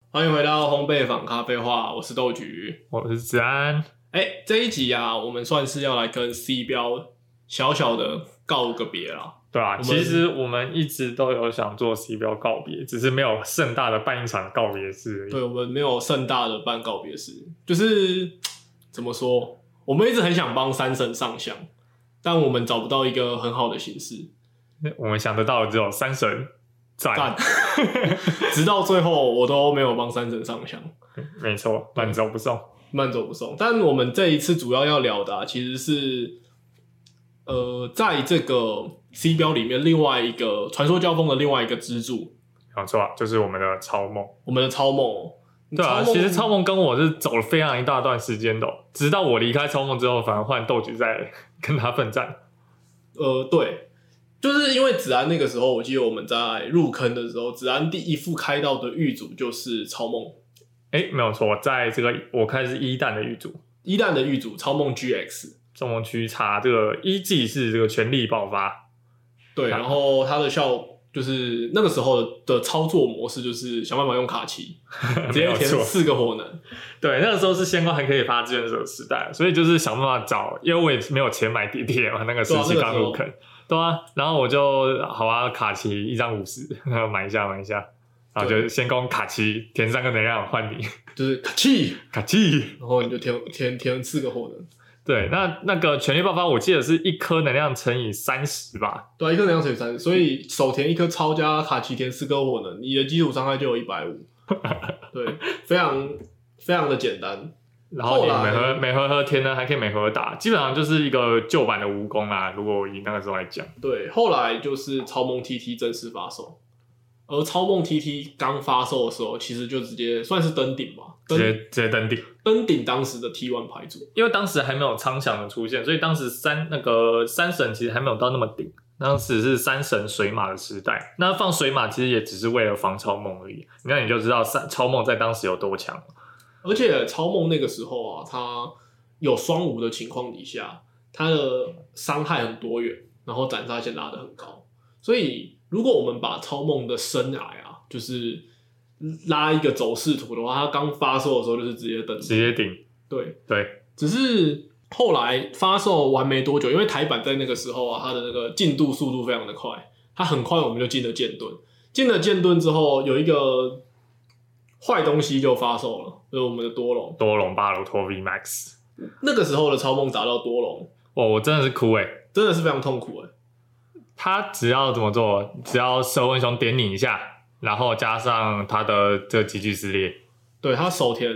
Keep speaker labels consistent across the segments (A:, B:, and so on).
A: 欢迎回到烘焙坊咖啡话，我是豆菊，
B: 我是子安。
A: 这一集啊，我们算是要来跟 C 标小小的告个别啦。
B: 对啊，其实我们一直都有想做 C 标告别，只是没有盛大的办一场告别式而已。
A: 对，我们没有盛大的办告别式，就是怎么说，我们一直很想帮三神上香，但我们找不到一个很好的形式。
B: 我们想得到的只有三神赞，
A: 直到最后我都没有帮三神上香。
B: 没错，慢走不送，
A: 慢走不送。但我们这一次主要要聊的其实是在这个 C 标里面另外一个传说交锋的另外一个支柱，
B: 没错，就是我们的超梦。
A: 我们的超梦。
B: 对啊，其实超梦跟我是走了非常一大段时间的，直到我离开超梦之后，反而换豆菊在跟他奋战。
A: 对，就是因为子安那个时候，我记得我们在入坑的时候，子安第一副开到的狱主就是超梦。
B: 没有错，在这个我开始一弹的狱主，
A: 一弹的狱主超梦 GX，
B: 超梦区查这个一季是这个全力爆发。
A: 对，然后它的就是那个时候的操作模式就是想办法用卡奇直接填4个火能。
B: 对，那个时候是仙光还可以发志愿者时代，所以就是想办法找，因为我也没有钱买叠叠嘛，那个时期刚入坑，对啊，然后我就好啊，卡奇1张50，买一下，然后就先攻卡奇填3个能量换你，
A: 就是卡奇，然后你就填4个火能。
B: 对，那个全力爆发，我记得是1颗能量乘以30吧？
A: 对，1颗能量乘以30，所以手填1颗超加卡奇填4颗火能，你的基础伤害就有150。对，非常的简单。
B: 然后你每回合填呢还可以每回合打，基本上就是一个旧版的蜈蚣啦。如果以那个时候来讲，
A: 对，后来就是超梦 TT 正式发售，而超梦 TT 刚发售的时候，其实就直接算是登顶吧，
B: 直接登顶
A: 当时的 T1 牌组，
B: 因为当时还没有苍响的出现，所以当时三神其实还没有到那么顶，当时是3神水马的时代。那放水马其实也只是为了防超梦而已，那你就知道超梦在当时有多强。
A: 而且超梦那个时候啊，它有双无的情况底下，它的伤害很多元，然后斩杀线拉得很高，所以如果我们把超梦的生涯啊，就是拉一个走势图的话，它刚发售的时候就是直接顶。对，只是后来发售完没多久，因为台版在那个时候啊，它的那个进度速度非常的快，它很快我们就进了剑盾。进了剑盾之后，有一个坏东西就发售了，就是我们的多龙
B: 巴鲁托 VMAX。
A: 那个时候的超梦打到多龙，
B: 我真的是哭
A: 真的是非常痛苦
B: 他只要怎么做？只要蛇纹熊点你一下，然后加上他的这个极具撕裂，
A: 对，他手填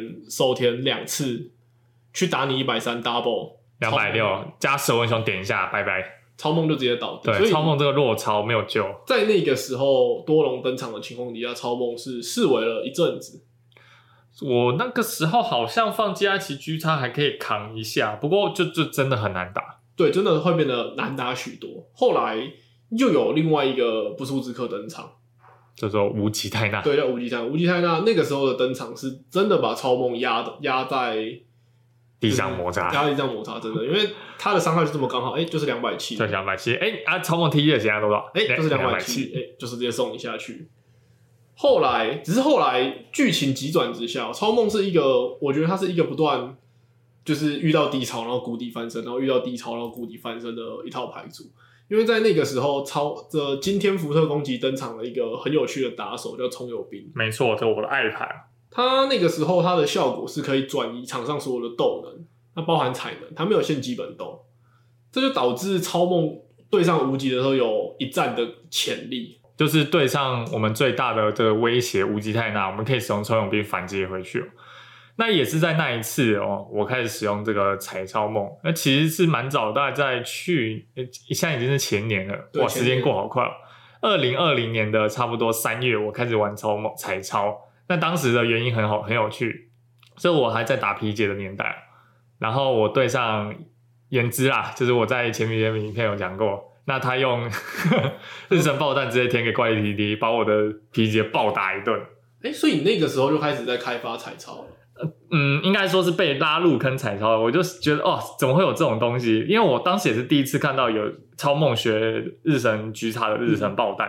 A: 2次去打你130 double
B: 260，加蛇纹熊点一下，拜拜。
A: 超梦就直接倒地。
B: 对，超梦这个落超没有救。
A: 在那个时候多龙登场的情况底下，超梦是式微了一阵子。
B: 我那个时候好像放基拉奇居叉还可以扛一下，不过就真的很难打。
A: 对，真的会变得难打许多。后来又有另外一个不速之客登场，
B: 叫做无极泰纳。
A: 对，叫无极泰纳。无极泰纳那个时候的登场是真的把超梦压在
B: 地上摩擦，
A: 真的，因为他的伤害就这么刚好，就是270，
B: 就270，超梦 TT 的血量多少？
A: 就是270，就是直接送你下去。只是后来剧情急转直下，超梦是一个，我觉得它是一个不断就是遇到低潮然后谷底翻身，然后遇到低潮然后谷底翻身的一套牌组。因为在那个时候，今天福特攻击登场了一个很有趣的打手叫葱油兵，
B: 没错，这是我的爱牌。
A: 他那个时候他的效果是可以转移场上所有的斗能，那包含彩能，他没有限基本斗，这就导致超梦对上无极的时候有一战的潜力。
B: 就是对上我们最大的这个威胁无极泰纳，我们可以使用抽永兵反击回去。那也是在那一次我开始使用这个彩超梦，那其实是蛮早，大概在现在已经是前年了，哇，时间过好快2020年的差不多3月，我开始玩彩超。那当时的原因很有趣，所以我还在打皮姐的年代，然后我对上颜之啦，就是我在前面影片有讲过，那他用日神爆弹直接填给怪力 TT， 把我的皮姐暴打一顿。
A: 所以你那个时候就开始在开发彩超了？
B: 应该说是被拉入坑彩超，我就觉得怎么会有这种东西？因为我当时也是第一次看到有超梦学日神狙叉的日神爆弹，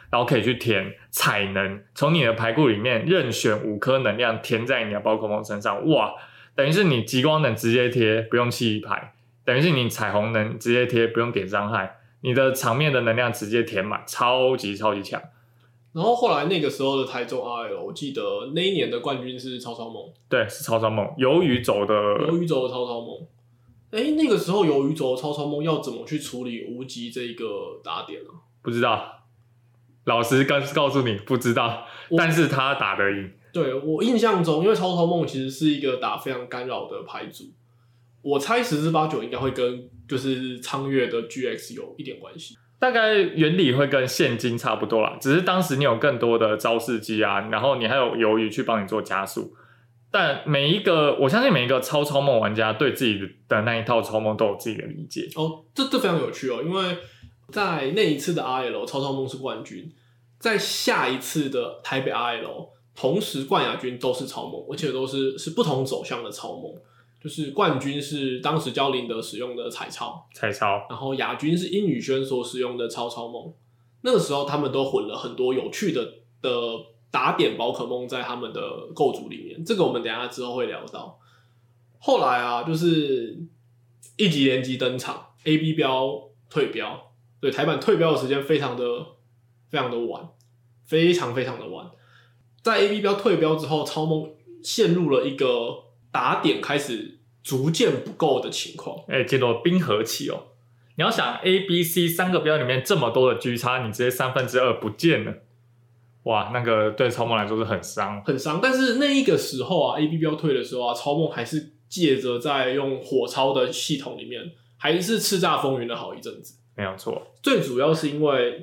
B: 然后可以去填彩能，从你的牌库里面任选5颗能量填在你的宝可梦身上，哇，等于是你极光能直接贴，不用弃牌，等于是你彩虹能直接贴，不用点伤害，你的场面的能量直接填满，超级超级强。
A: 然后后来那个时候的台中 RL， 我记得那一年的冠军是超超梦，
B: 对，是超超梦，鱿鱼走的
A: 超超梦。那个时候鱿鱼走的超超梦要怎么去处理无极这个打点啊？
B: 不知道，老实告诉你不知道，但是他打得赢。
A: 对，我印象中，因为超超梦其实是一个打非常干扰的牌组，我猜10之8九应该会跟就是苍月的 GX 有一点关系。
B: 大概原理会跟现今差不多啦，只是当时你有更多的招式机啊，然后你还有鱿鱼去帮你做加速。但我相信每一个超梦玩家对自己的那一套超梦都有自己的理解。
A: 哦，这非常有趣哦，因为在那一次的 RL 超梦是冠军，在下一次的台北 RL 同时冠亚军都是超梦，而且都是不同走向的超梦。就是冠军是当时焦林德使用的彩超，然后亚军是殷宇轩所使用的超梦。那个时候他们都混了很多有趣的打点宝可梦在他们的构筑里面，这个我们等一下之后会聊到。后来啊，就是1级连击登场 ，AB 标退标，对，台版退标的时间非常的晚，非常的晚。在 AB 标退标之后，超梦陷入了一个打点开始逐渐不够的情况，
B: 结果冰河期哦。你要想 A、B、C 3个标里面这么多的巨差，你直接2/3不见了，哇，那个对超梦来说是很伤。
A: 但是那一个时候啊 ，AB 标退的时候啊，超梦还是借着在用火超的系统里面，还是叱咤风云了好一阵子。
B: 没有错，
A: 最主要是因为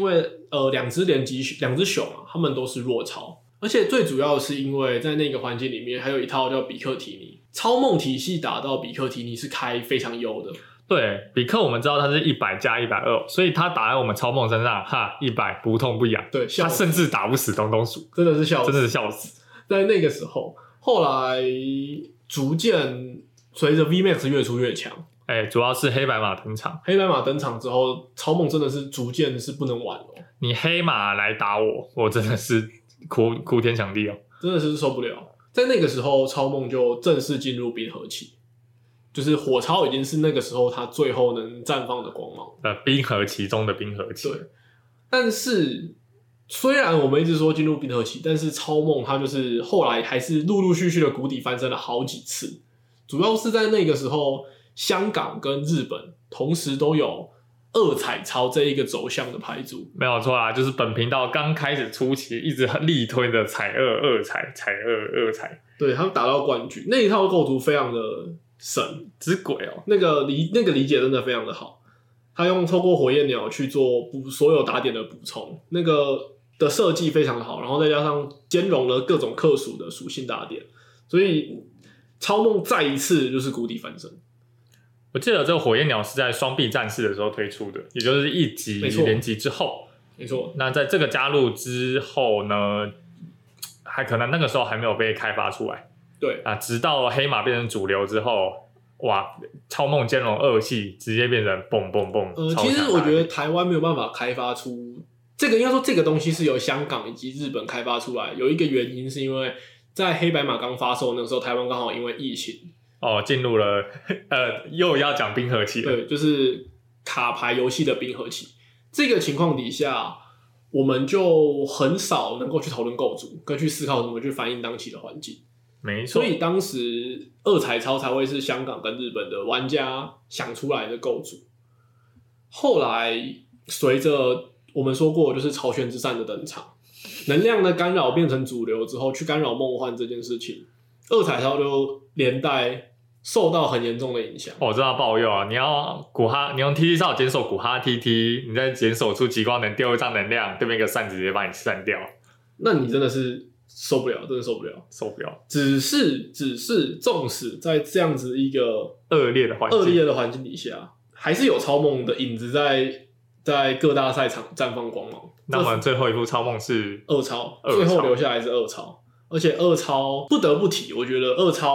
A: 2只连击2只熊啊，他们都是弱超。而且最主要的是因为在那个环境里面还有一套叫比克提尼，超梦体系打到比克提尼是开非常优的。
B: 对，比克我们知道他是100加120，所以他打在我们超梦身上，100不痛不痒。
A: 对，
B: 他甚至打不死东东鼠，
A: 真的是笑
B: 死。
A: 在那个时候，后来逐渐随着 VMAX 越出越强，
B: 主要是黑白马登场。
A: 黑白马登场之后，超梦真的是逐渐是不能玩了。
B: 你黑马来打我真的是哭天抢地哦，
A: 真的是受不了。在那个时候，超梦就正式进入冰河期，就是火超已经是那个时候它最后能绽放的光芒。
B: 冰河期中的冰河期。
A: 对，但是虽然我们一直说进入冰河期，但是超梦它就是后来还是陆陆续续的谷底翻身了好几次，主要是在那个时候，香港跟日本同时都有2彩超这一个走向的牌组。
B: 没有错啦，就是本频道刚开始初期一直很力推的彩2彩，彩2彩，对，
A: 他们打到冠军那一套构图非常的神
B: 之鬼哦，
A: 那个理解真的非常的好。他用透过火焰鸟去做所有打点的补充，那个的设计非常的好，然后再加上兼容了各种克属的属性打点，所以超梦再一次就是谷底翻身。
B: 我记得这个火焰鸟是在双臂战士的时候推出的，也就是1级连击之后。
A: 没错。
B: 那在这个加入之后呢，还可能那个时候还没有被开发出来。
A: 对
B: 啊，直到黑马变成主流之后，哇，超梦兼容2系直接变成蹦蹦蹦。
A: 其实我觉得台湾没有办法开发出这个，应该说这个东西是由香港以及日本开发出来。有一个原因是因为在黑白马刚发售那个时候，台湾刚好因为疫情。进入了又要讲冰河期了。对，就是卡牌游戏的冰河期。这个情况底下，我们就很少能够去讨论构筑，跟去思考怎么去反映当期的环境。
B: 没错。
A: 所以当时2彩超才会是香港跟日本的玩家想出来的构筑。后来随着我们说过，就是朝鲜之战的登场，能量的干扰变成主流之后，去干扰梦幻这件事情，2彩超就连带受到很严重的影响。
B: 我知道爆佑啊！你用 TT 哨减手古哈 TT， 你再减手出极光能丢1张能量，对面一个扇子直接把你扇掉。
A: 那你真的是受不了，真的受不了。只是，纵使在这样子一个
B: 恶劣的
A: 环境底下，还是有超梦的影子在各大赛场绽放光芒。
B: 那么最后一副超梦是
A: 2超，最后留下来是2超，而且2超不得不提，我觉得2超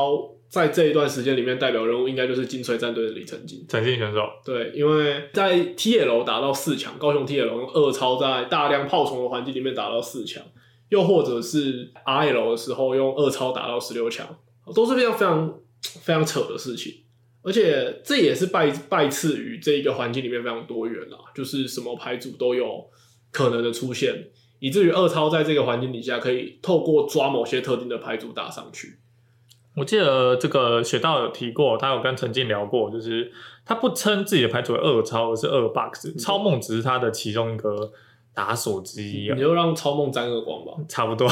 A: 在这一段时间里面代表人物应该就是金锤战队的李成金
B: 选手。
A: 对，因为在 TL 打到4强，高雄 TL 用2超在大量炮虫的环境里面打到4强，又或者是 RL 的时候用2超打到16强，都是非常扯的事情。而且这也是拜赐于这一个环境里面非常多元啦，就是什么牌组都有可能的出现，以至于2超在这个环境底下可以透过抓某些特定的牌组打上去。
B: 我记得这个雪道有提过，他有跟陈静聊过，就是他不称自己的牌组为2超，而是2 box， 超梦只是他的其中一个打手之一。
A: 你就让超梦沾个光吧，
B: 差不多。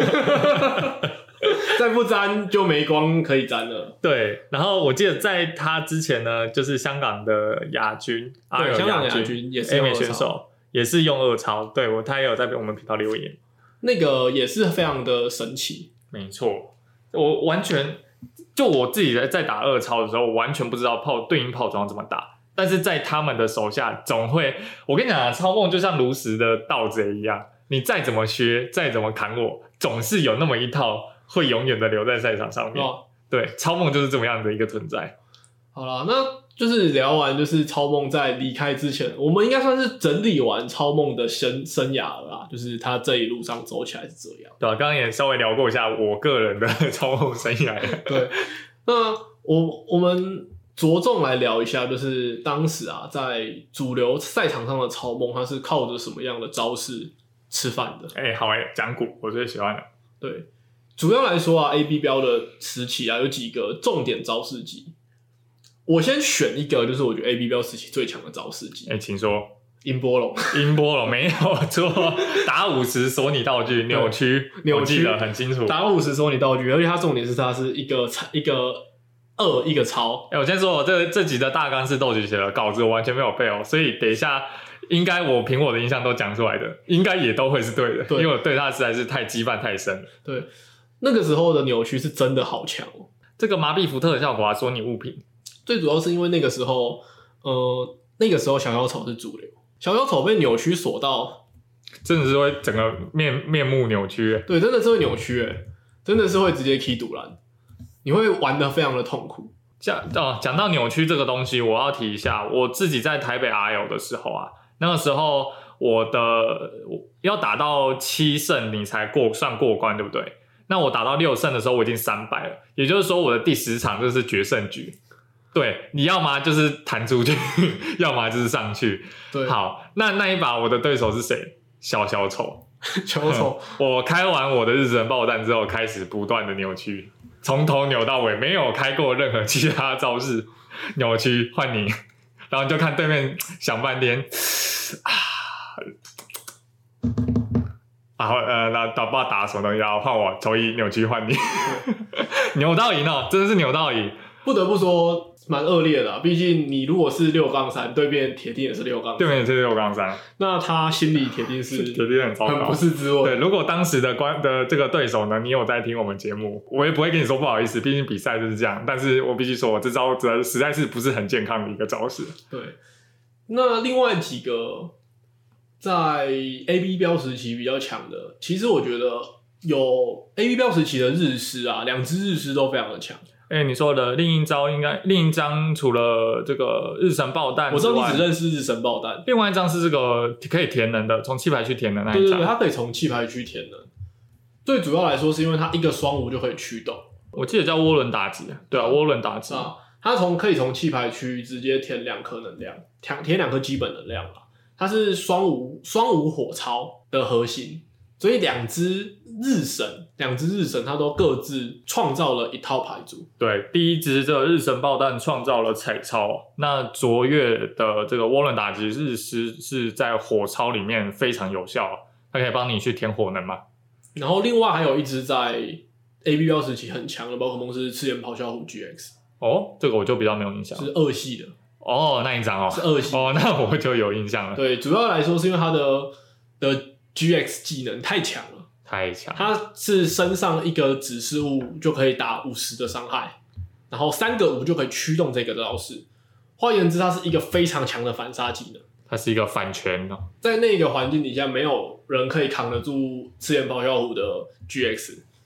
A: 再不沾就没光可以沾了。
B: 对，然后我记得在他之前呢，就是香港的亚军，
A: 对，香港亚军也是
B: A 美选手，也是用2超。对，他也有在我们频道留言，
A: 那个也是非常的神奇。
B: 没错，我完全就我自己在打2超的时候，我完全不知道对应炮装怎么打，但是在他们的手下总会，我跟你讲啊，超梦就像炉石的盗贼一样，你再怎么削，再怎么砍我，总是有那么一套会永远的留在赛场上面。对，超梦就是这么样的一个存在。
A: 好啦，那就是聊完就是超梦在离开之前，我们应该算是整理完超梦的生涯了啦，就是他这一路上走起来是这样。
B: 对啊，刚刚也稍微聊过一下我个人的超梦生涯。
A: 对，那我们着重来聊一下，就是当时啊，在主流赛场上的超梦，他是靠着什么样的招式吃饭的？
B: 好讲古，我最喜欢的。
A: 对，主要来说啊 ，AB 标的时期啊，有几个重点招式集。我先选一个，就是我觉得 AB 标时期最强的招式集。
B: 请说。
A: 音波龙，
B: 音波龙没有错，打50锁你道具，扭曲，我记得很清楚。
A: 打50锁你道具，而且它重点是它是一个2一个超。
B: 我先说，这集的大纲是豆菊写的稿子，我完全没有背哦，所以等一下应该我凭我的印象都讲出来的，应该也都会是对的，对，因为我对它实在是太羁绊太深了。
A: 对，那个时候的扭曲是真的好强哦。
B: 这个麻痹福特的效果啊，说你物品，
A: 最主要是因为那个时候小小丑是主流。小小丑被扭曲锁到，
B: 真的是会整个面目扭曲。
A: 对，真的是会扭曲，真的是会直接 key 堵拦，你会玩得非常的痛苦。
B: 讲到扭曲这个东西，我要提一下，我自己在台北 RL 的时候啊，那个时候我要打到7胜你才算过关，对不对？那我打到6胜的时候，我已经300了，也就是说我的第10场就是决胜局。对，你要么就是弹出去，要么就是上去。
A: 对，
B: 好，那一把我的对手是谁？小丑。
A: 小丑，
B: 我开完我的日神爆弹之后，开始不断的扭曲，从头扭到尾，没有开过任何其他招式，扭曲换你，然后你就看对面想半天，那不知道打什么东西，然后换我抽一扭曲换你，扭到赢哦，真的是扭到赢。
A: 不得不说蛮恶劣的毕竟你如果是6-3，对面铁定也是6-3，
B: 对面也是6-3，
A: 那他心里铁定是
B: 很糟糕，
A: 很不是滋味。
B: 对，如果当时的这个对手呢，你有在听我们节目，我也不会跟你说不好意思，毕竟比赛就是这样。但是我必须说，我这招实在是不是很健康的一个招式。
A: 对，那另外几个在 AB 标时期比较强的，其实我觉得有 AB 标时期的日狮啊，2只日狮都非常的强。
B: 你说的另一张除了这个日神爆弹，
A: 我知道你只认识日神爆弹，
B: 另外一张是这个可以填能的，从弃牌区填能那一张。
A: 对，它可以从弃牌区填能。最主要来说是因为它一个双无就可以驱动，
B: 我记得叫涡轮打击，对啊，涡轮打击
A: 啊，它可以从弃牌区直接填2颗能量，填2颗基本能量啦。它是双无火超的核心。所以两只日神它都各自创造了一套牌组。
B: 对，第一只这个日神爆弹创造了彩超，那卓越的这个涡轮打击日狮是在火超里面非常有效，它可以帮你去填火能嘛。
A: 然后另外还有一只在 AB 标时期很强的宝可梦是赤焰咆哮虎 GX。
B: 哦，这个我就比较没有印象。
A: 是2系的。
B: 哦，那一张哦。
A: 是2系。
B: 哦，那我就有印象了。
A: 对，主要来说是因为它的 GX 技能太强了，它是身上一个指示物就可以打50的伤害，然后3个5就可以驱动这个招式。换言之，它是一个非常强的反杀技能，
B: 它是一个反拳哦。
A: 在那个环境底下，没有人可以扛得住赤焰咆哮虎的 GX，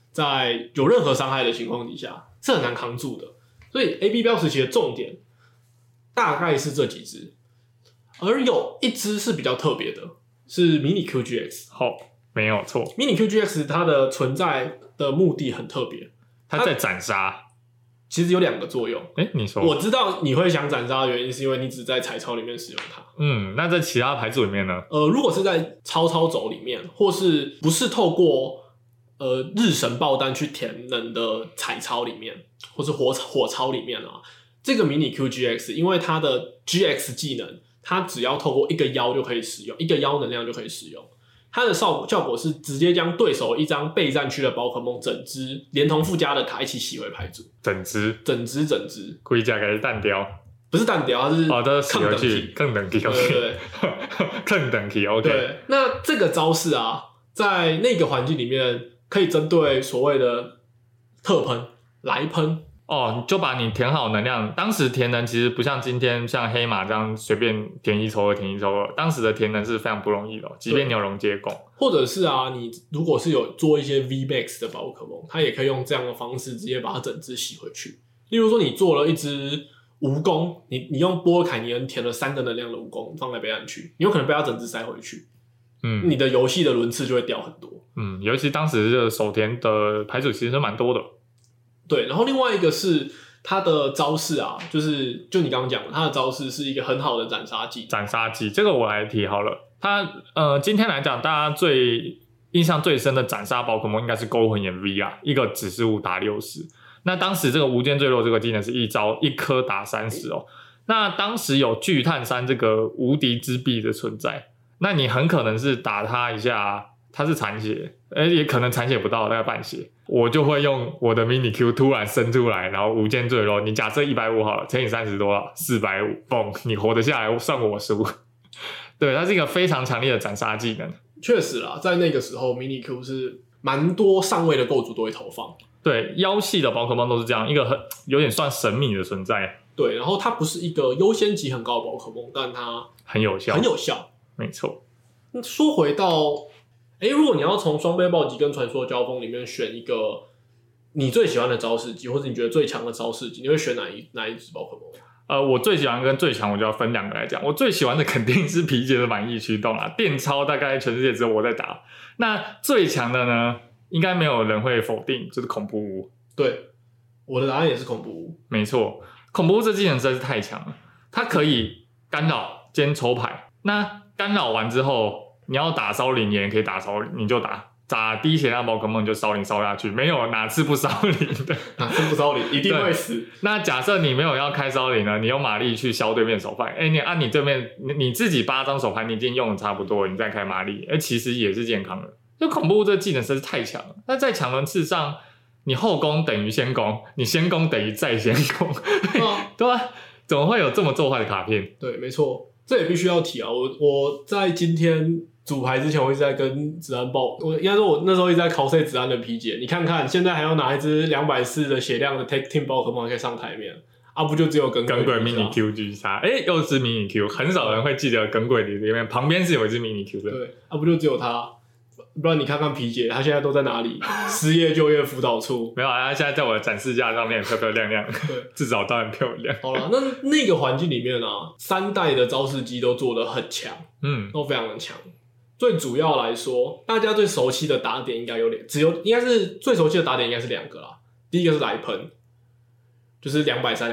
A: 在有任何伤害的情况底下是很难扛住的。所以 AB 标时期的重点大概是这几支，而有一支是比较特别的，是 Mini QGX。
B: 好，没有错。
A: Mini QGX 它的存在的目的很特别，
B: 它在斩杀。
A: 其实有2个作用。
B: 你说。
A: 我知道你会想斩杀的原因是因为你只在彩超里面使用它。
B: 那在其他牌组里面呢？
A: 如果是在超轴里面，或是不是透过日神爆弹去填能的彩超里面，或是火超里面啊，这个迷你 QGX 因为它的 GX 技能，它只要透过一个妖就可以使用，一个妖能量就可以使用。它的效果是直接将对手一张备战区的宝可梦整只连同附加的卡一起洗回牌组。整只
B: 规价还是弹雕？
A: 不是弹雕，它是
B: 抗等级，更等级，
A: 对，
B: 更等级 OK。
A: 对，那这个招式啊，在那个环境里面可以针对所谓的特喷、来喷。
B: 你就把你填好能量。当时填能其实不像今天像黑马这样随便填1抽2，填1抽2。当时的填能是非常不容易的，即便你有溶解汞，
A: 或者是啊，你如果是有做一些 VMAX 的宝可梦，它也可以用这样的方式直接把它整只洗回去。例如说，你做了一只蜈蚣，你用波尔凯尼恩填了3个能量的蜈蚣放在备战区，你有可能被它整只塞回去。你的游戏的轮次就会掉很多。
B: 尤其当时这个手填的牌组其实是蛮多的。
A: 对，然后另外一个是它的招式啊，就你刚刚讲的，它的招式是一个很好的斩杀技。
B: 这个我来提好了。它今天来讲，大家印象最深的斩杀宝可梦应该是勾魂眼 V 啊，一个指示物打60。那当时这个无间坠落这个技能是一招1颗打30哦。那当时有巨碳3这个无敌之臂的存在，那你很可能是打它一下，它是残血，也可能残血不到，大概半血。我就会用我的 Mini Q 突然伸出来，然后无间坠落。你假设150好了，乘以30多少？450，嘣，你活得下来，算我输。对，它是一个非常强烈的斩杀技能。
A: 确实啦，在那个时候 Mini Q 是蛮多上位的构筑都会投放。
B: 对，妖系的宝可梦都是这样，一个有点算神秘的存在。
A: 对，然后它不是一个优先级很高的宝可梦，但它
B: 很有效，没错。
A: 说回到，如果你要从双倍暴击跟传说交锋里面选一个你最喜欢的招式技，或者你觉得最强的招式技，你会选哪一只宝可梦？
B: 我最喜欢跟最强，我就要分2个来讲。我最喜欢的肯定是皮杰的满意驱动啦，电超大概全世界只有我在打。那最强的呢，应该没有人会否定，就是恐怖屋。
A: 对，我的答案也是恐怖屋。
B: 没错，恐怖屋这技能实在是太强了，它可以干扰兼抽牌。那干扰完之后，你要打烧灵也可以打烧灵，你就打低血量宝可梦就烧灵烧下去，没有哪次不烧灵的，
A: 哪次不烧灵一定会死。
B: 那假设你没有要开烧灵呢，你用马力去消对面手牌，你对面你自己8张手牌你已经用的差不多了，你再开马力，其实也是健康的。就恐怖这个技能实在是太强了，那在强轮次上，你后攻等于先攻，你先攻等于再先攻，对啊，怎么会有这么做坏的卡片？
A: 对，没错，这也必须要提啊。我在今天组牌之前，我一直在跟子安报，我应该说，我那时候一直在cos子安的皮姐。你看看，现在还要拿一只240的血量的 Tech Team 宝可梦可以上台面，不就只有耿鬼
B: Mini Q 狙杀？又是 Mini Q， 很少人会记得耿鬼里面旁边是有一只 Mini Q 的。
A: 对，不就只有他？不然你看看皮姐，她现在都在哪里？失业就业辅导处。
B: 没有啊，她现在在我的展示架上面漂漂亮亮，
A: 对，
B: 至少当然漂亮。
A: 好了，那个环境里面啊，3代的招式机都做得很强，都非常的强。最主要来说，大家最熟悉的打点应该应该是最熟悉的打点应该是2个啦。第一个是来喷，就是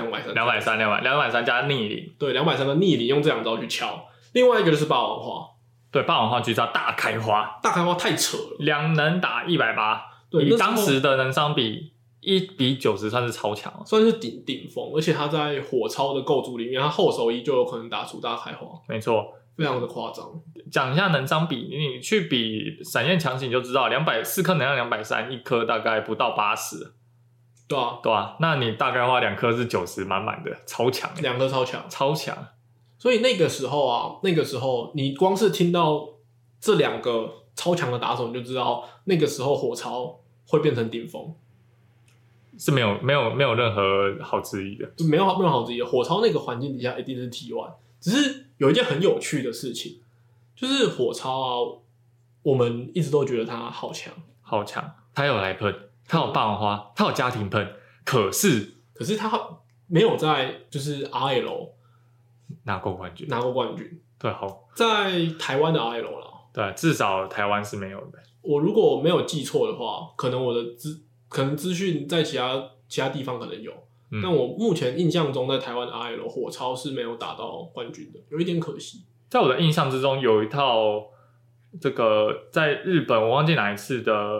A: 230
B: 加逆鳞，
A: 对，230的逆鳞用这2招去敲。另外一个就是霸王花，
B: 对，霸王花狙杀大开花
A: 太扯了
B: ，2能打180，对，以当时的能伤比1比90算是超强，
A: 算是顶峰，而且他在火超的构筑里面，他后手1就有可能打出大开花，
B: 没错。
A: 非常的夸张。
B: 讲一下能伤比，你去比闪焰强行你就知道，4颗能量230，一颗大概不到80。
A: 对啊，
B: 那你大概花2颗是90，满满的，超强
A: ，2颗
B: 超强。
A: 所以那个时候你光是听到这2个超强的打手，你就知道那个时候火超会变成顶峰，
B: 是没有任何好质疑的，
A: 就没有好质疑的。火超那个环境底下一定是 T1， 只是有一件很有趣的事情，就是火超啊，我们一直都觉得他好强，
B: 他有来喷。 它有霸王花，它有家庭喷，可是
A: 它没有在就是 RL
B: 拿过冠军。
A: 对，
B: 好，
A: 在台湾的 RL 啦。
B: 对，至少台湾是没有的。
A: 我如果没有记错的话，可能我的资讯在其他地方可能有，但我目前印象中在台湾的 RL 火超是没有打到冠军的，有一点可惜。
B: 在我的印象之中，有一套这个在日本我忘记哪一次的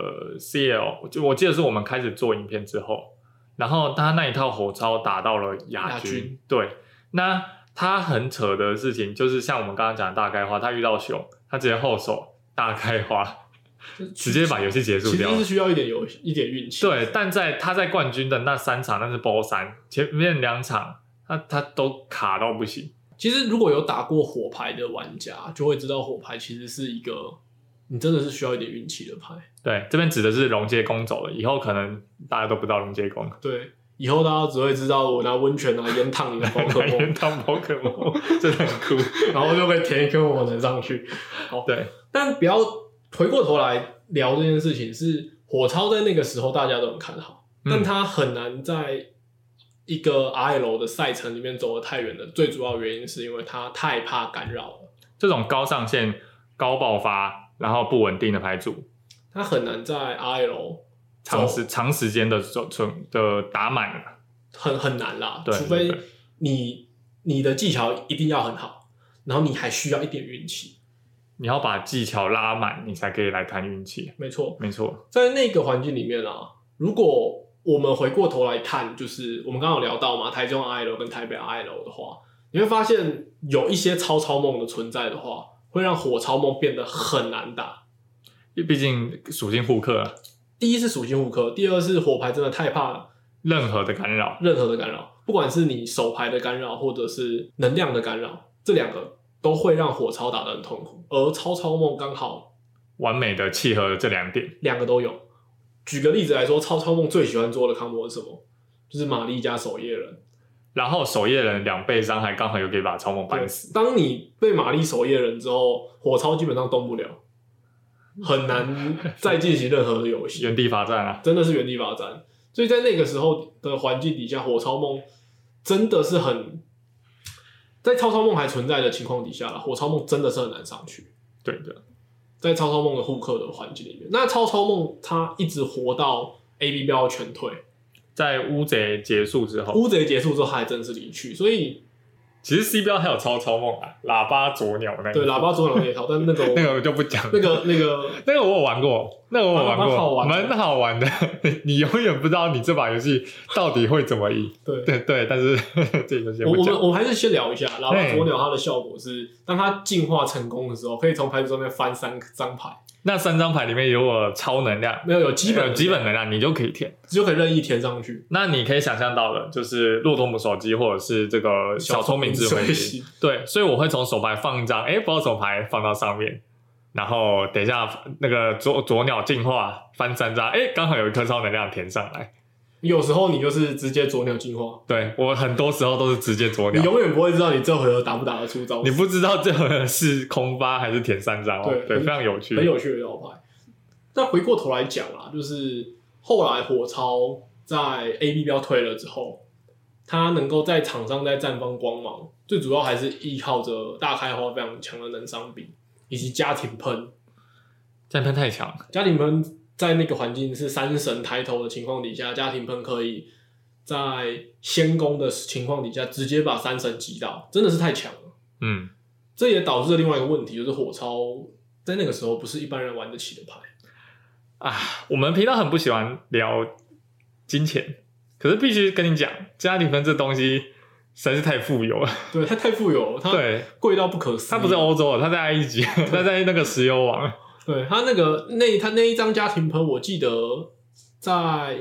B: CL， 我记得是我们开始做影片之后，然后他那一套火超打到了亚军。对，那他很扯的事情就是像我们刚刚讲的大开花，他遇到熊，他直接后手大开花，直接把游戏结束掉了。
A: 其实是需要一点运气。
B: 对，但他在冠军的那3场，那是包3，前面2场他都卡到不行。
A: 其实如果有打过火牌的玩家，就会知道火牌其实是一个你真的是需要一点运气的牌。
B: 对，这边指的是龙接弓走了，以后可能大家都不知道龙接弓。
A: 对，以后大家只会知道我拿温泉烟烫你的宝可梦，
B: 烟烫宝可梦真的很酷，
A: 然后就可以填一颗火能上去。好，
B: 对，
A: 但不要回过头来聊这件事情，是火超在那个时候大家都很看好，但他很难在一个 RL 的赛程里面走得太远的最主要原因是因为他太怕干扰了。
B: 这种高上限、高爆发，然后不稳定的牌组，
A: 他很难在 RL
B: 长时间的打满了，
A: 很难啦。
B: 对，
A: 除非你的技巧一定要很好，然后你还需要一点运气。
B: 你要把技巧拉满，你才可以来谈运气。
A: 没错，
B: 没错。
A: 在那个环境里面啊，如果我们回过头来看，就是我们刚刚有聊到嘛，台中 RL 跟台北 RL 的话，你会发现有一些超梦的存在的话，会让火超梦变得很难打。
B: 毕竟属性互克啊。
A: 第一是属性互克，第二是火牌真的太怕
B: 任何的干扰，
A: 不管是你手牌的干扰或者是能量的干扰，这两个都会让火超打得很痛苦。而超梦刚好
B: 完美的契合了这2点，
A: 两个都有。举个例子来说，超梦最喜欢做的 combo 是什么？就是玛丽加守夜人，
B: 然后守夜人2倍伤害，刚好又可以把超梦扳死。
A: 当你被玛丽守夜人之后，火超基本上动不了，很难再进行任何的游戏，
B: 原地罚站啊，
A: 真的是原地罚站。所以在那个时候的环境底下，火超梦真的是在超梦还存在的情况底下啦，火超梦真的是很难上去。
B: 对的，
A: 在超梦的互克的环境里面，那超梦它一直活到 AB 标全退，
B: 在乌贼结束之后，
A: 它还真是离去，所以
B: 其实 C 标还有超梦啊，喇叭啄鸟那个，
A: 对，喇叭啄鸟那一套，但那个
B: 那个我就不讲，
A: 那个
B: 我有玩过，蛮好玩的。你永远不知道你这把游戏到底会怎么赢。对，但是这个先不讲。
A: 我们还是先聊一下喇叭啄鸟，它的效果是，当它进化成功的时候，可以从牌组上面翻3张牌。那
B: 3张牌里面如果有超能量，
A: 没有基本
B: 能量，你就可以填，
A: 就可以任意填上去。
B: 那你可以想象到的就是骆驼姆手机或者是这个小聪明智慧机。对，所以我会从手牌放一张，不知道什么牌放到上面，然后等一下那个啄鸟进化翻3张，刚好有一颗超能量填上来。
A: 有时候你就是直接啄鸟进化，
B: 对，我很多时候都是直接啄鸟，
A: 你永远不会知道你这回合打不打得出招式，
B: 你不知道这回合是空发还是填3张哦。对，非常有趣，
A: 很有趣的招牌。但回过头来讲啦，就是后来火超在 AB 标退了之后，他能够在场上再绽放光芒，最主要还是依靠着大开花非常强的能伤比，以及家庭喷。
B: 家庭喷太强，
A: 家庭喷在那个环境是3神抬头的情况底下，家庭喷可以在先攻的情况底下直接把3神击倒，真的是太强了。这也导致了另外一个问题，就是火超在那个时候不是一般人玩得起的牌
B: 啊。我们频道很不喜欢聊金钱，可是必须跟你讲，家庭喷这东西实在是太富有了。
A: 对，它太富有了，它贵到不可思议。
B: 它不是欧洲的，它在埃及，它在那个石油王。
A: 对，他他那一张家庭喷，我记得在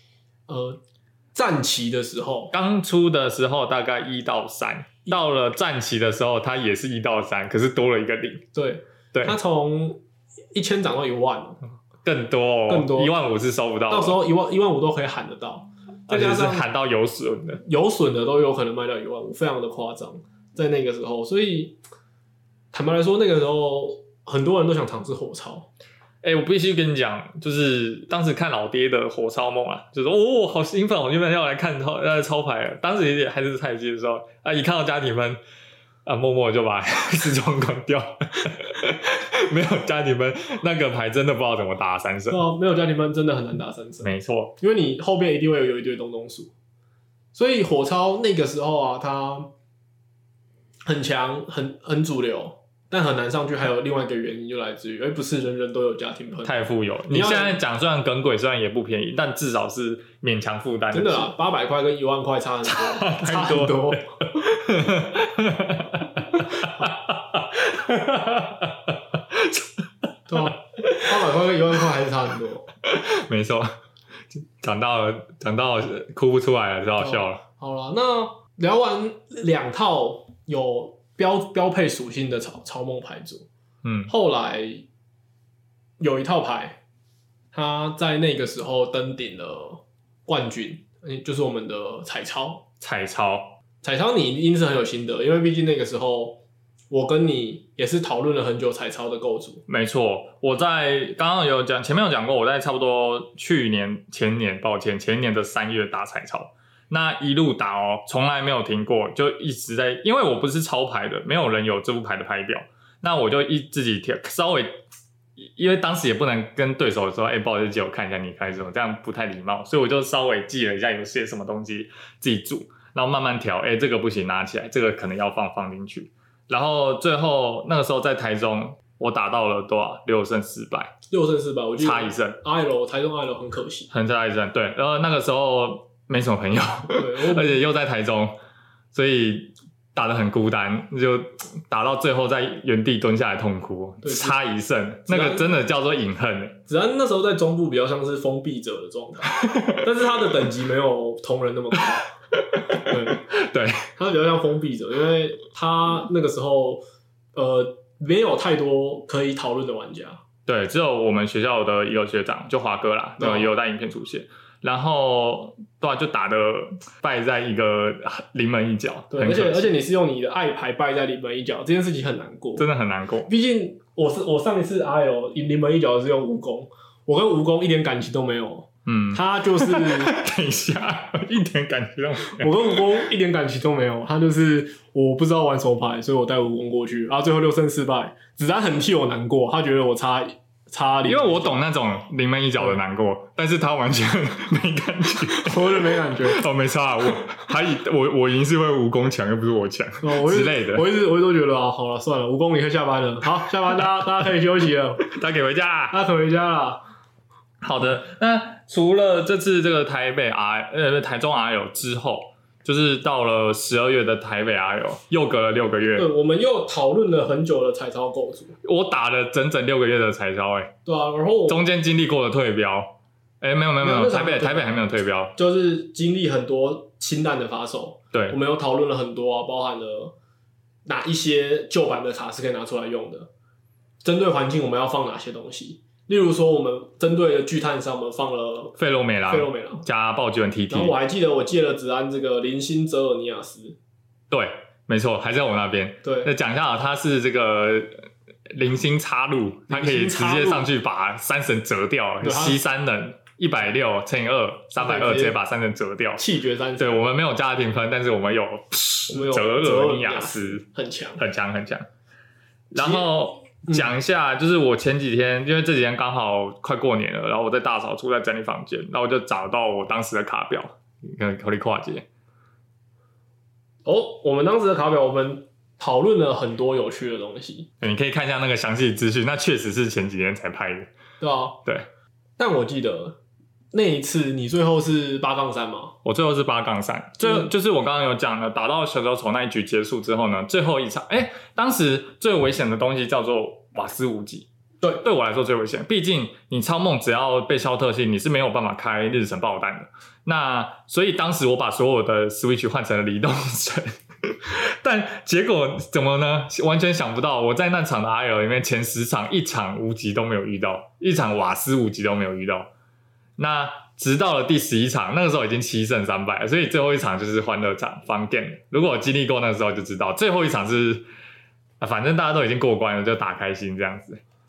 A: 战旗的时候，
B: 刚出的时候大概1到3，到了战旗的时候，它也是1到3，可是多了一个0。对，
A: 它从1000涨到1万，
B: 更多15000是收不到的，
A: 到时候15000都可以喊得到，
B: 而且是喊到有损
A: 的都有可能卖到15000，非常的夸张，在那个时候。所以坦白来说，那个时候很多人都想尝试火超，
B: 我必须跟你讲，就是当时看老爹的火超梦啊，就是好兴奋，我原本要来看超牌了。当时也还是菜鸡的时候啊，一看到家庭分啊，默默就把视窗关掉。没有家庭分那个牌真的不知道怎么打3胜。
A: 没有家庭分真的很难打3胜。
B: 没错，
A: 因为你后面一定会有一堆东东数，所以火超那个时候啊，它很强，很主流。但很难上去，还有另外一个原因就来自于，不是人人都有家庭喷，
B: 太富有。你现在讲虽然耿鬼虽然也不便宜，但至少是勉强负担。
A: 真的啦，800块跟1万块差很多，差很多。对啊，800块跟1万块还是差很多。
B: 没错，讲到哭不出来了，就好笑了。
A: 好了，那聊完2套有标配属性的超梦牌组，后来有一套牌，它在那个时候登顶了冠军，就是我们的彩超。彩超你一定是很有心得，因为毕竟那个时候我跟你也是讨论了很久彩超的构筑。
B: 没错，我在刚刚前面有讲过，我在差不多前年的3月打彩超。那一路打从来没有停过，就一直在，因为我不是抄牌的，没有人有这副牌的牌表，那我就自己稍微，因为当时也不能跟对手说，不好意思，借我看一下你开什么，这样不太礼貌，所以我就稍微记了一下有些什么东西自己组，然后慢慢调，这个不行拿起来，这个可能要放进去，然后最后那个时候在台中，我打到了多少？6胜4败
A: ，6胜4败，我记得
B: 差1胜。
A: 台中 IL 很可惜，
B: 很差1胜，对，然后那个时候。没什么朋友，而且又在台中，所以打得很孤单，就打到最后在原地蹲下来痛哭，差1胜，那个真的叫做隐恨。
A: 子安那时候在中部比较像是封闭者的状态，但是他的等级没有同人那么高。
B: 对，
A: 他比较像封闭者，因为他那个时候没有太多可以讨论的玩家。
B: 对，只有我们学校的一个学长，就华哥啦，也有带影片出现。然后对啊，就打的败在一个临门一脚。
A: 对，而且你是用你的爱牌败在临门一脚，这件事情很难过，
B: 真的很难过。
A: 毕竟我上一次 RL 临门一脚是用蜈蚣，我跟蜈蚣一点感情都没有。他就是
B: 等一下，一点感情都没有。
A: 我跟蜈蚣一点感情都没有，他就是我不知道玩什么牌，所以我带蜈蚣过去，然后最后6胜4败，子安很替我难过，他觉得我差
B: 因为我懂那种临门一脚的难过，但是他完全没感觉，
A: 我就没感觉。
B: 没差，我赢是因为蜈蚣强，又不是我强之类的。
A: 我一直都觉得好了，算了，蜈蚣你可以下班了，好，下班大家可以休息了，
B: 大家可以回家啦，
A: 大家可以回家了。
B: 好的，那除了这次这个台中 RL 之后，就是到了12月的台北 RL， 又隔了6个月。
A: 对，我们又讨论了很久的彩超构筑。
B: 我打了整6个月的彩超，
A: 对啊，然后
B: 中间经历过了退标，没有，台北还没有退标，
A: 就是经历很多清淡的发售。
B: 对，
A: 我们有讨论了很多啊，包含了哪一些旧版的卡是可以拿出来用的，针对环境我们要放哪些东西。例如说，我们针对巨炭上，我们放了
B: 费洛美郎加暴击人 TT，
A: 然后我还记得我借了子安这个零星泽尔尼亚斯，
B: 对，没错，还在我那边。
A: 对，
B: 那讲一下，它是这个零星插入，它可以直接上去把3神折掉，吸3人160乘以2 320，直接把3人折掉，
A: 气绝3神。
B: 对，我们没有家庭分，但是我们有泽尔尼亚斯，
A: 很强。
B: 然后。讲一下，就是我前几天，因为这几天刚好快过年了，然后我在大扫除，在整理房间，然后我就找到我当时的卡表，可以跨界。
A: 我们当时的卡表，我们讨论了很多有趣的东西，
B: 你可以看一下那个详细资讯，那确实是前几天才拍的。
A: 对啊，
B: 对。
A: 但我记得那一次你最后是8-3吗？
B: 我最后是8-3，就是我刚刚有讲的，打到小小丑那一局结束之后呢，最后一场，当时最危险的东西叫做瓦斯无极，对我来说最危险，毕竟你超梦只要被消特性，你是没有办法开日神爆弹的。那所以当时我把所有的 Switch 换成了离动神，但结果怎么呢？完全想不到，我在那场的 RL 里面前10场一场无极都没有遇到，一场瓦斯无极都没有遇到。那直到了第11场，那个时候已经7胜3败了，所以最后一场就是欢乐场 Fun Game。如果我经历过那个时候就知道，最后一场是，反正大家都已经过关了，就打开心这样子。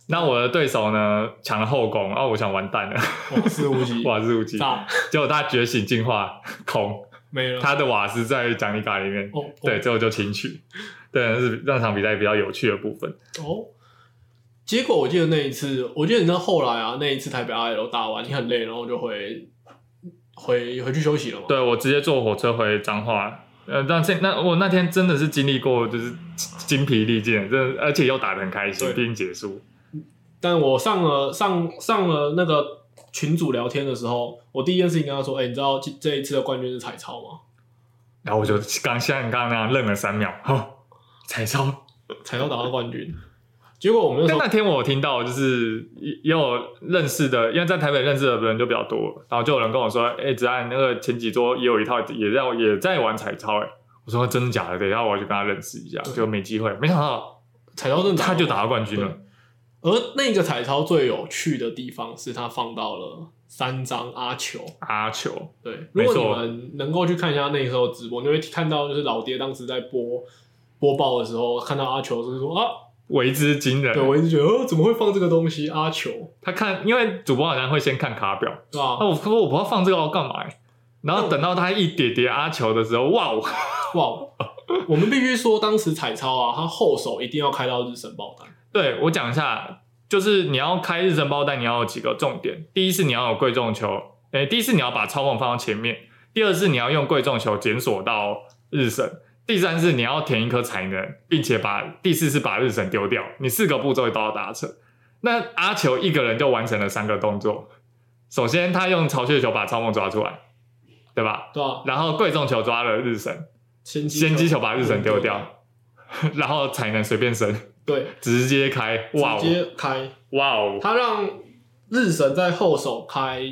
B: 那我的对手呢抢了后宫，我想完蛋了，
A: 瓦斯无极，
B: 瓦斯无极，结果他觉醒进化空
A: 没了，
B: 他的瓦斯在奖励卡里面，对，最后就轻取，对，那是那场比赛比较有趣的部分。
A: 结果我记得那一次，我记得你知道后来啊，那一次台北 RL 打完，你很累，然后就回去休息了嘛。
B: 对，我直接坐火车回彰化。我那天真的是经历过，就是精疲力尽，真的，而且又打得很开心，毕竟结束。
A: 但我上了那个群组聊天的时候，我第一件事情跟他说：“你知道这一次的冠军是彩超吗？”然
B: 后我就像你刚刚那样愣了3秒，彩超
A: 打到冠军。结果我们
B: 那天我有听到，就是也有认识的，因为在台北认识的人就比较多，然后就有人跟我说：“子安那个前几桌也有一套也在玩彩超。”我说：“真的假的？等一下我要去跟他认识一下。”就没机会，没想到
A: 彩超真的
B: 他就打到冠军了。
A: 而那个彩超最有趣的地方是他放到了3张阿球，对，如果你们能够去看一下那时候直播，你会看到就是老爹当时在播报的时候看到阿球，就是说
B: 为之惊人。
A: 对，我一直觉得怎么会放这个东西阿球？
B: 他看，因为主播好像会先看卡表，
A: 对吧？
B: 我说我不知道放这个要干嘛，然后等到他一叠阿球的时候，哇！
A: 我们必须说，当时彩超啊，他后手一定要开到日神爆弹。
B: 对，我讲一下，就是你要开日神爆弹，你要有几个重点。第一是你要有贵重球，第一是你要把超梦放到前面；第二是你要用贵重球检索到日神；第三是你要填一颗才能，并且第四是把日神丢掉。你4个步骤都要达成。那阿球一个人就完成了3个动作。首先，他用巢穴球把超梦抓出来，对吧？
A: 对啊。
B: 然后贵重球抓了日神，先机球把日神丢掉，然后才能随便升。
A: 对，
B: 直接开，哇！
A: 直接开，
B: 哇哦！
A: 他让日神在后手开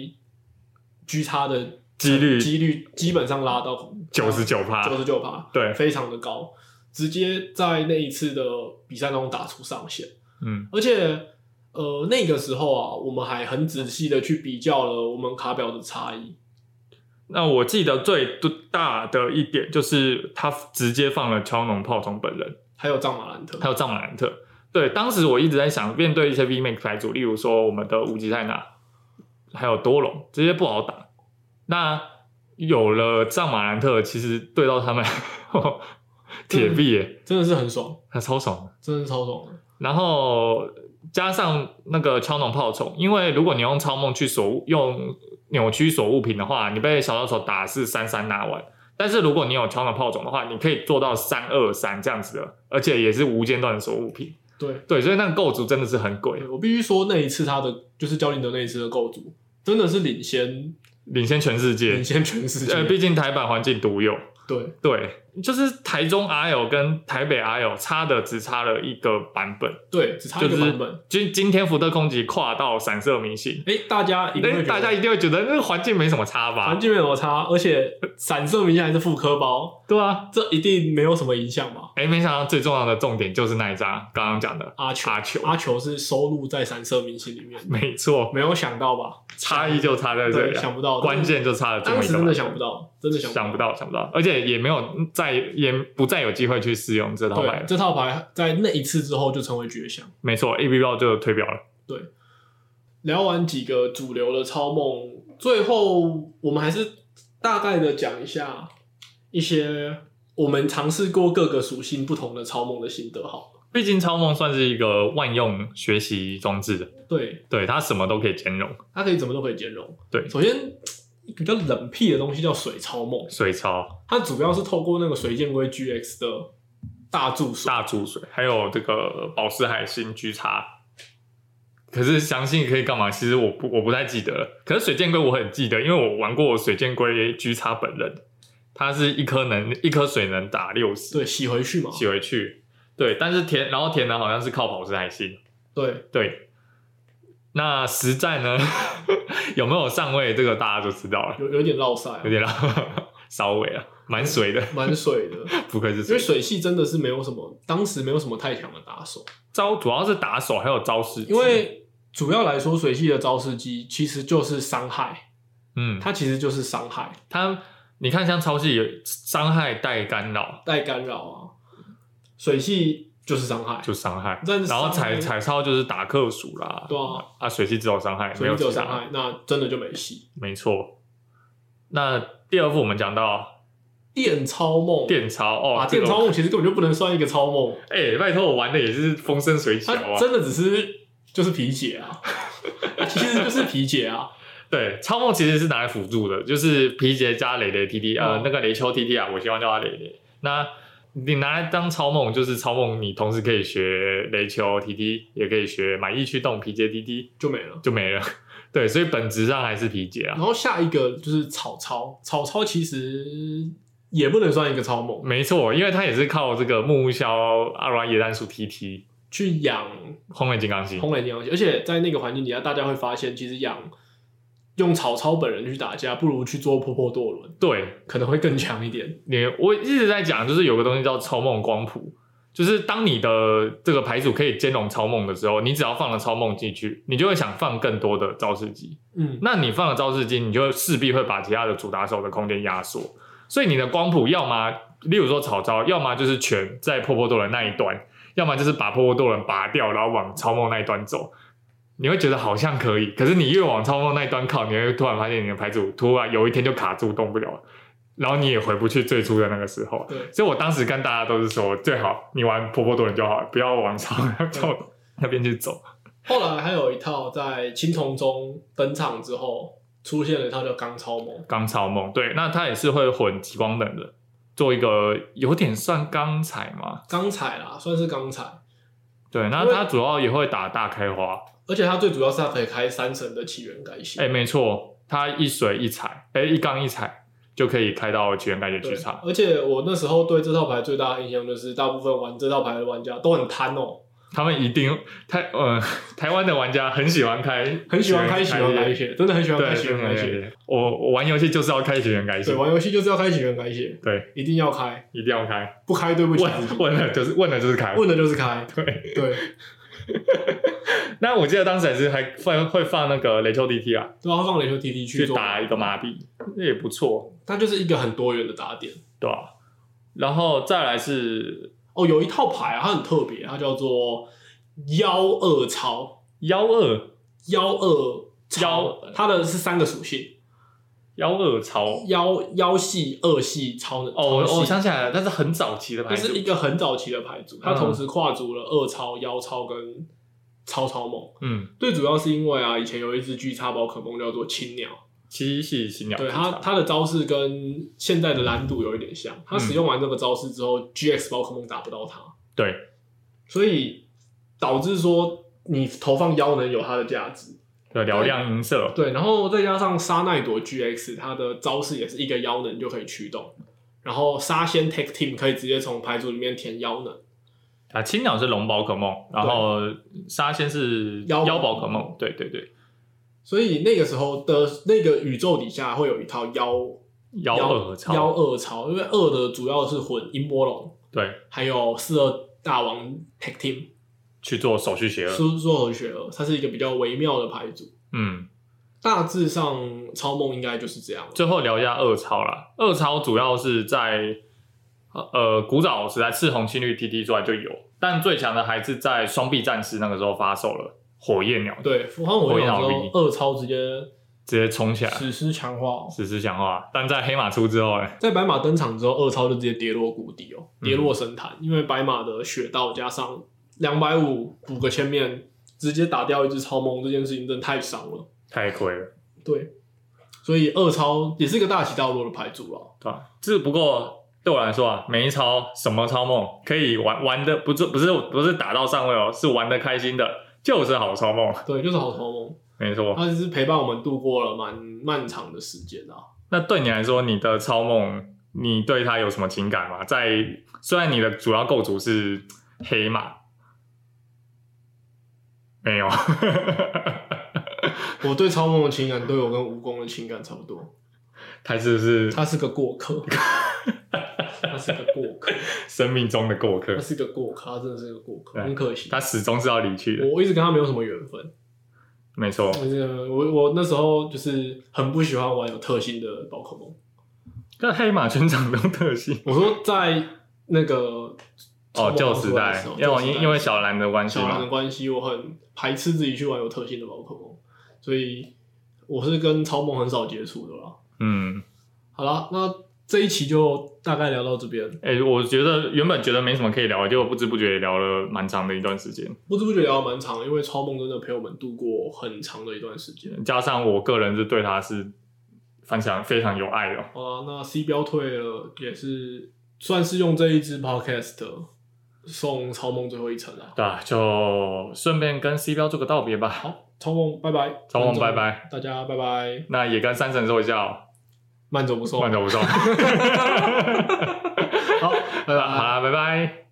A: G 叉的几率基本上拉到 99%，
B: 对，
A: 非常的高，直接在那一次的比赛中打出上限。而且那个时候啊，我们还很仔细的去比较了我们卡表的差异。
B: 那我记得最大的一点就是他直接放了敲农炮虫本人。
A: 还有藏马兰特，对，当时我一直在想，面对一些 VMAX 牌组，例如说我们的无极泰纳，还有多隆，这些不好打。那有了藏马兰特，其实对到他们铁壁耶， 真的是很爽，
B: 超爽的，
A: 真的是超爽的。
B: 然后加上那个敲农炮虫，因为如果你用超梦去用扭曲锁物品的话，你被小老手打是3-3拿完。但是如果你有敲农炮种的话，你可以做到3-2-3这样子的，而且也是无间断的锁物品。对，所以那个构筑真的是很鬼。
A: 我必须说那一次他的就是焦林德那一次的构筑真的是领先
B: 全世界，毕竟台版环境独有。对，就是台中 RL 跟台北 RL 只差了一个版本，
A: 对，只差一个版本。
B: 就是今天福特攻击跨到闪射迷信，
A: 大家一定
B: 会觉得那个环境没什么差吧？
A: 环境没什么差，而且闪射迷信还是复刻包，
B: 对啊，
A: 这一定没有什么影响吧？
B: 没想到最重要的重点就是那一张刚刚讲的
A: 阿球是收录在闪射迷信里面，
B: 没错，
A: 没有想到吧？
B: 差异就差在这里，
A: 想不到，
B: 关键就差了这么一个，
A: 当时真的想不到，想不
B: 到，而且也不再有机会去试用这套牌了。
A: 这套牌在那一次之后就成为绝响，
B: 没错 ，AB 标就退表了。
A: 对，聊完几个主流的超梦，最后我们还是大概的讲一下一些我们尝试过各个属性不同的超梦的心得好了。
B: 毕竟超梦算是一个万用学习装置的，对，它什么都可以兼容，
A: 它可以怎么都可以兼容。
B: 对，
A: 首先比较冷僻的东西叫水超梦，它主要是透过那个水箭龟 GX 的大注水，
B: 还有这个宝石海星 G 叉。可是详细可以干嘛？其实我不太记得了。可是水箭龟我很记得，因为我玩过水箭龟 G 叉本人，它是一颗水能打60，
A: 对，洗回去嘛，
B: 对，但是填的好像是靠宝石海星，对。那实战呢有没有上位？这个大家就知道了，
A: 有点落赛，
B: 稍微啊，蛮水的，不愧是水，
A: 因为水系真的是当时没有什么太强的打手，
B: 主要是打手还有招式机，
A: 因为主要来说水系的招式机其实就是伤害，它其实就是伤害，
B: 你看像超系有伤害带干扰
A: 啊，水系就是伤害，
B: 就伤害。
A: 但是
B: 然后
A: 伤害
B: 彩超就是打克数啦，
A: 对啊，
B: 水系只有伤害，没有
A: 只有
B: 其他
A: 伤害，那真的就没戏。
B: 没错。那第二副我们讲到
A: 电超梦，
B: 电超哦，
A: 电超梦其实根本就不能算一个超梦。
B: 拜托我玩的也是风生水起啊，
A: 真的只是就是皮解啊，其实就是皮解啊。
B: 对，超梦其实是拿来辅助的，就是皮杰加雷雷 TT，那个雷丘 TT 啊，我喜欢叫他雷雷。那你拿来当超梦，就是超梦，你同时可以学雷丘 TT， 也可以学满意驱动皮杰 TT，
A: 就没了。
B: 对，所以本质上还是皮杰啊。
A: 然后下一个就是草超其实也不能算一个超梦，
B: 没错，因为它也是靠这个木萧阿软野战术 TT
A: 去养
B: 轰雷金刚系，
A: 而且在那个环境底下，大家会发现，其实用草超本人去打架，不如去做破破舵轮，
B: 对，
A: 可能会更强一点。
B: 我一直在讲，就是有个东西叫超梦光谱，就是当你的这个牌组可以兼容超梦的时候，你只要放了超梦进去，你就会想放更多的招式机。那你放了招式机，你就势必会把其他的主打手的空间压缩，所以你的光谱要么，例如说草招，要么就是全在破破舵轮那一端，要么就是把破破舵轮拔掉，然后往超梦那一端走。你会觉得好像可以，可是你越往超梦那一端靠，你会突然发现你的牌组突然有一天就卡住动不了了，然后你也回不去最初的那个时候。所以我当时跟大家都是说，最好你玩破破舵轮就好了，不要往超那边去走。
A: 后来还有一套在青铜中登场之后出现了一套叫钢超梦，
B: 对，那它也是会混极光等的，做一个有点算钢彩嘛，
A: 钢彩啦，算是钢彩。
B: 对，那它主要也会打大开花。
A: 而且它最主要是它可以开3神的起源改写。
B: 没错，它一水一彩，一钢一彩就可以开到起源改写剧场。
A: 而且我那时候对这套牌最大的印象就是大部分玩这套牌的玩家都很贪哦。
B: 他们一定台湾的玩家很喜欢开起源改
A: 写，真的很喜欢开起源改写。
B: 我玩游戏就是要开起源改写，
A: 对，玩游戏就是要开起源改写，
B: 对，
A: 一定要开，
B: 不
A: 开对不起。
B: 问的就是开，
A: 对。
B: 那我记得当时还是会放那个雷丘 TT 啊，
A: 对啊，放雷丘 TT
B: 去打一个麻痹，那也不错。
A: 它就是一个很多元的打点，
B: 对啊。然后再来是
A: 有一套牌啊，它很特别，它叫做12超，它的是3个属性。
B: 12超
A: 妖系、2系、超能
B: 我想起来了，但是很早期的牌组，
A: 这是一个很早期的牌组，它同时跨足了2超、妖超跟超梦。最主要是因为啊，以前有一只巨叉宝可梦叫做青鸟，
B: 七系青鸟，
A: 对，它的招式跟现在的蓝度有一点像，它使用完这个招式之后，GX 宝可梦打不到它，
B: 对，
A: 所以导致说你投放妖能有它的价值。
B: 对，嘹亮音色，
A: 对，然后再加上沙奈朵 GX， 它的招式也是一个妖能就可以驱动，然后沙仙 Tech Team 可以直接从牌组里面填妖能。
B: 青鸟是龙宝可梦，然后沙仙是妖宝可梦，对。
A: 所以那个时候的那个宇宙底下会有一套妖二超，因为2的主要是混音波龙，
B: 对，
A: 还有42大王 Tech Team。
B: 去做手续邪恶，
A: 它是一个比较微妙的牌组。大致上超梦应该就是这样。
B: 最后聊一下2超啦，2超主要是在古早时代赤红青绿 TT 出来就有，但最强的还是在双臂战士那个时候发售了火焰鸟。
A: 对，火焰鸟之后2超直接
B: 冲起来，
A: 史诗强化。
B: 但在黑马出之后
A: 在白马登场之后2超就直接跌落谷底跌落神坛，因为白马的雪道加上250补个千面，直接打掉一只超梦，这件事情真的太伤了，
B: 太亏了。
A: 对，所以2超也是一个大起大落的牌组了。
B: 对，这不过对我来说啊，每一超什么超梦可以玩的不是打到上位是玩的开心的，就是好超梦。对，
A: 就是好超梦，
B: 没错，
A: 它是陪伴我们度过了蛮漫长的时间啊。
B: 那对你来说，你的超梦，你对它有什么情感吗？虽然你的主要构筑是黑马。没有，
A: 我对超梦的情感对我跟蜈蚣的情感差不多。
B: 他是
A: 个过客，他是个过客，
B: 生命中的过客。
A: 他是个过客，他真的是个过客，很可惜。
B: 他始终是要离去的。
A: 我一直跟他没有什么缘分。
B: 没错，
A: 我那时候就是很不喜欢玩有特性的宝可梦。
B: 但黑马全场都特性。
A: 我说在那个
B: 旧时代，因为小蓝的关系嘛，
A: 小蓝的关系，我很排斥自己去玩有特性的宝可梦，所以我是跟超梦很少接触的啦。好啦，那这一期就大概聊到这边。
B: 我原本觉得没什么可以聊的，结果不知不觉也聊了蛮长的一段时间。
A: 不知不觉聊了蛮长，因为超梦真的陪我们度过很长的一段时间。
B: 加上我个人是对他是非常有爱的。
A: 好啦，那 C 标退了，也是算是用这一支 podcast 送超梦最后一程啦。
B: 对啊，就顺便跟 C 标做个道别吧。
A: 好，超梦拜拜，
B: 超梦拜拜，
A: 大家拜拜。
B: 那也跟三神说一下哦。
A: 慢走不送，
B: 慢走不送。
A: 好，拜拜。
B: 好啦，拜拜。